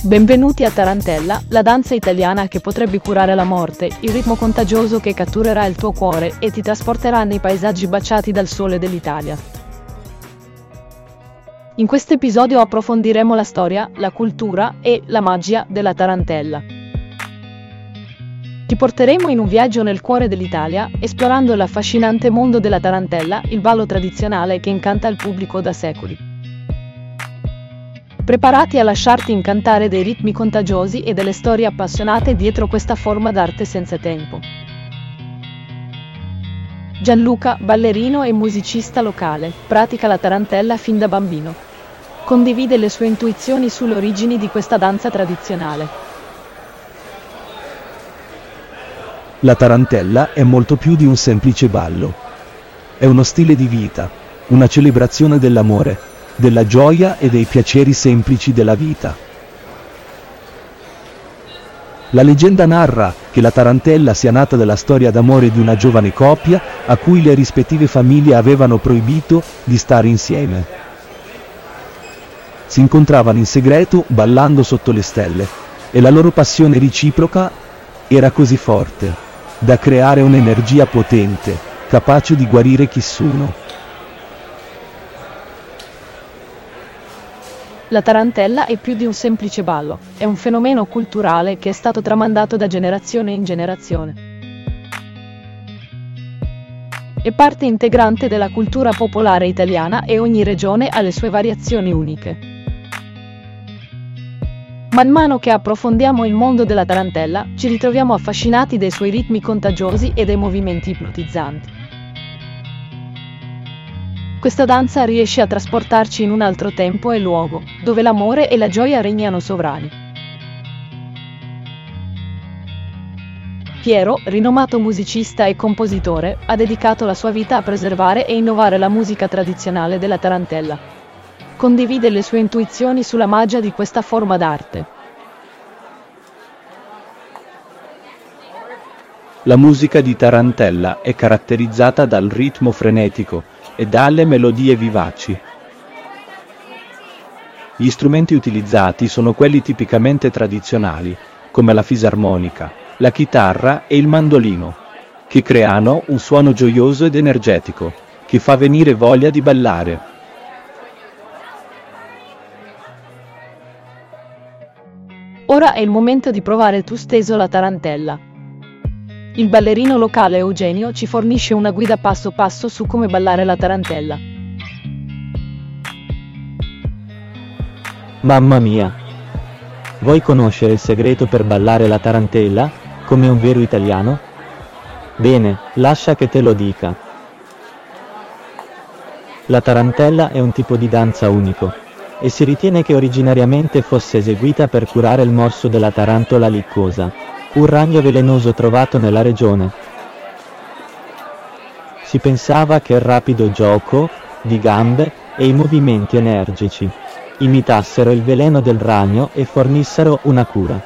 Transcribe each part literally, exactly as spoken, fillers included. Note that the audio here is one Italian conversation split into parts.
Benvenuti a Tarantella, la danza italiana che potrebbe curare la morte, il ritmo contagioso che catturerà il tuo cuore e ti trasporterà nei paesaggi baciati dal sole dell'Italia. In questo episodio approfondiremo la storia, la cultura e la magia della tarantella. Ti porteremo in un viaggio nel cuore dell'Italia, esplorando l'affascinante mondo della tarantella, il ballo tradizionale che incanta il pubblico da secoli. Preparati a lasciarti incantare dei ritmi contagiosi e delle storie appassionate dietro questa forma d'arte senza tempo. Gianluca, ballerino e musicista locale, pratica la tarantella fin da bambino. Condivide le sue intuizioni sulle origini di questa danza tradizionale. La tarantella è molto più di un semplice ballo. È uno stile di vita, una celebrazione dell'amore, della gioia e dei piaceri semplici della vita. La leggenda narra che la tarantella sia nata dalla storia d'amore di una giovane coppia a cui le rispettive famiglie avevano proibito di stare insieme. Si incontravano in segreto ballando sotto le stelle e la loro passione reciproca era così forte da creare un'energia potente, capace di guarire chiunque. La tarantella è più di un semplice ballo, è un fenomeno culturale che è stato tramandato da generazione in generazione. È parte integrante della cultura popolare italiana e ogni regione ha le sue variazioni uniche. Man mano che approfondiamo il mondo della tarantella, ci ritroviamo affascinati dai suoi ritmi contagiosi e dai movimenti ipnotizzanti. Questa danza riesce a trasportarci in un altro tempo e luogo, dove l'amore e la gioia regnano sovrani. Piero, rinomato musicista e compositore, ha dedicato la sua vita a preservare e innovare la musica tradizionale della tarantella. Condivide le sue intuizioni sulla magia di questa forma d'arte. La musica di tarantella è caratterizzata dal ritmo frenetico e dalle melodie vivaci. Gli strumenti utilizzati sono quelli tipicamente tradizionali, come la fisarmonica, la chitarra e il mandolino, che creano un suono gioioso ed energetico, che fa venire voglia di ballare. Ora è il momento di provare tu steso la tarantella. Il ballerino locale Eugenio ci fornisce una guida passo passo su come ballare la tarantella. Mamma mia! Vuoi conoscere il segreto per ballare la tarantella, come un vero italiano? Bene, lascia che te lo dica. La tarantella è un tipo di danza unico, e si ritiene che originariamente fosse eseguita per curare il morso della tarantola liccosa, un ragno velenoso trovato nella regione. Si pensava che il rapido gioco di gambe e i movimenti energici imitassero il veleno del ragno e fornissero una cura.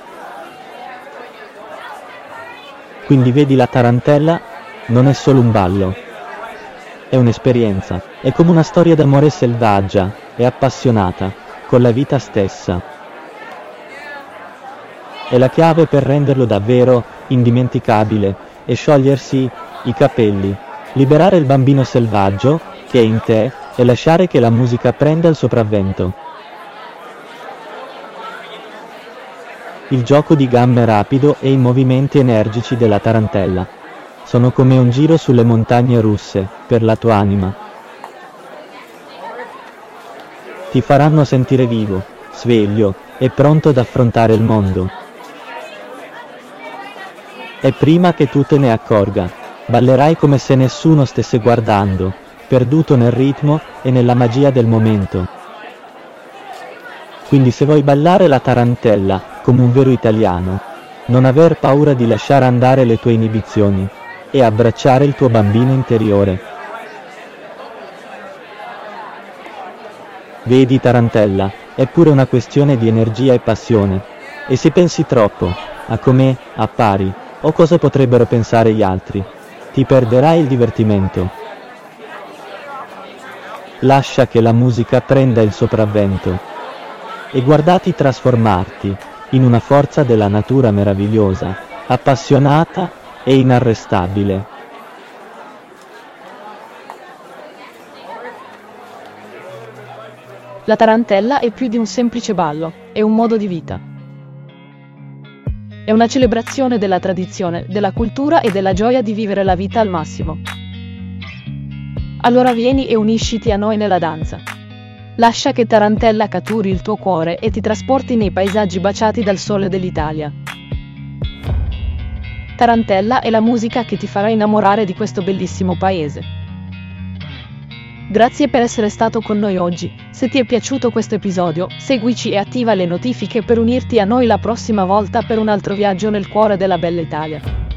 Quindi vedi, la tarantella non è solo un ballo, è un'esperienza, è come una storia d'amore selvaggia e appassionata con la vita stessa. È la chiave per renderlo davvero indimenticabile e sciogliersi i capelli, liberare il bambino selvaggio che è in te e lasciare che la musica prenda il sopravvento. Il gioco di gambe rapido e i movimenti energici della tarantella sono come un giro sulle montagne russe per la tua anima. Ti faranno sentire vivo, sveglio e pronto ad affrontare il mondo. E prima che tu te ne accorga, ballerai come se nessuno stesse guardando, perduto nel ritmo e nella magia del momento. Quindi se vuoi ballare la tarantella come un vero italiano, non aver paura di lasciare andare le tue inibizioni e abbracciare il tuo bambino interiore. Vedi, tarantella, è pure una questione di energia e passione, e se pensi troppo a come appari o cosa potrebbero pensare gli altri, ti perderai il divertimento. Lascia che la musica prenda il sopravvento e guardati trasformarti in una forza della natura meravigliosa, appassionata e inarrestabile. La tarantella è più di un semplice ballo, è un modo di vita. È una celebrazione della tradizione, della cultura e della gioia di vivere la vita al massimo. Allora vieni e unisciti a noi nella danza. Lascia che Tarantella catturi il tuo cuore e ti trasporti nei paesaggi baciati dal sole dell'Italia. Tarantella è la musica che ti farà innamorare di questo bellissimo paese. Grazie per essere stato con noi oggi. Se ti è piaciuto questo episodio, seguici e attiva le notifiche per unirti a noi la prossima volta per un altro viaggio nel cuore della bella Italia.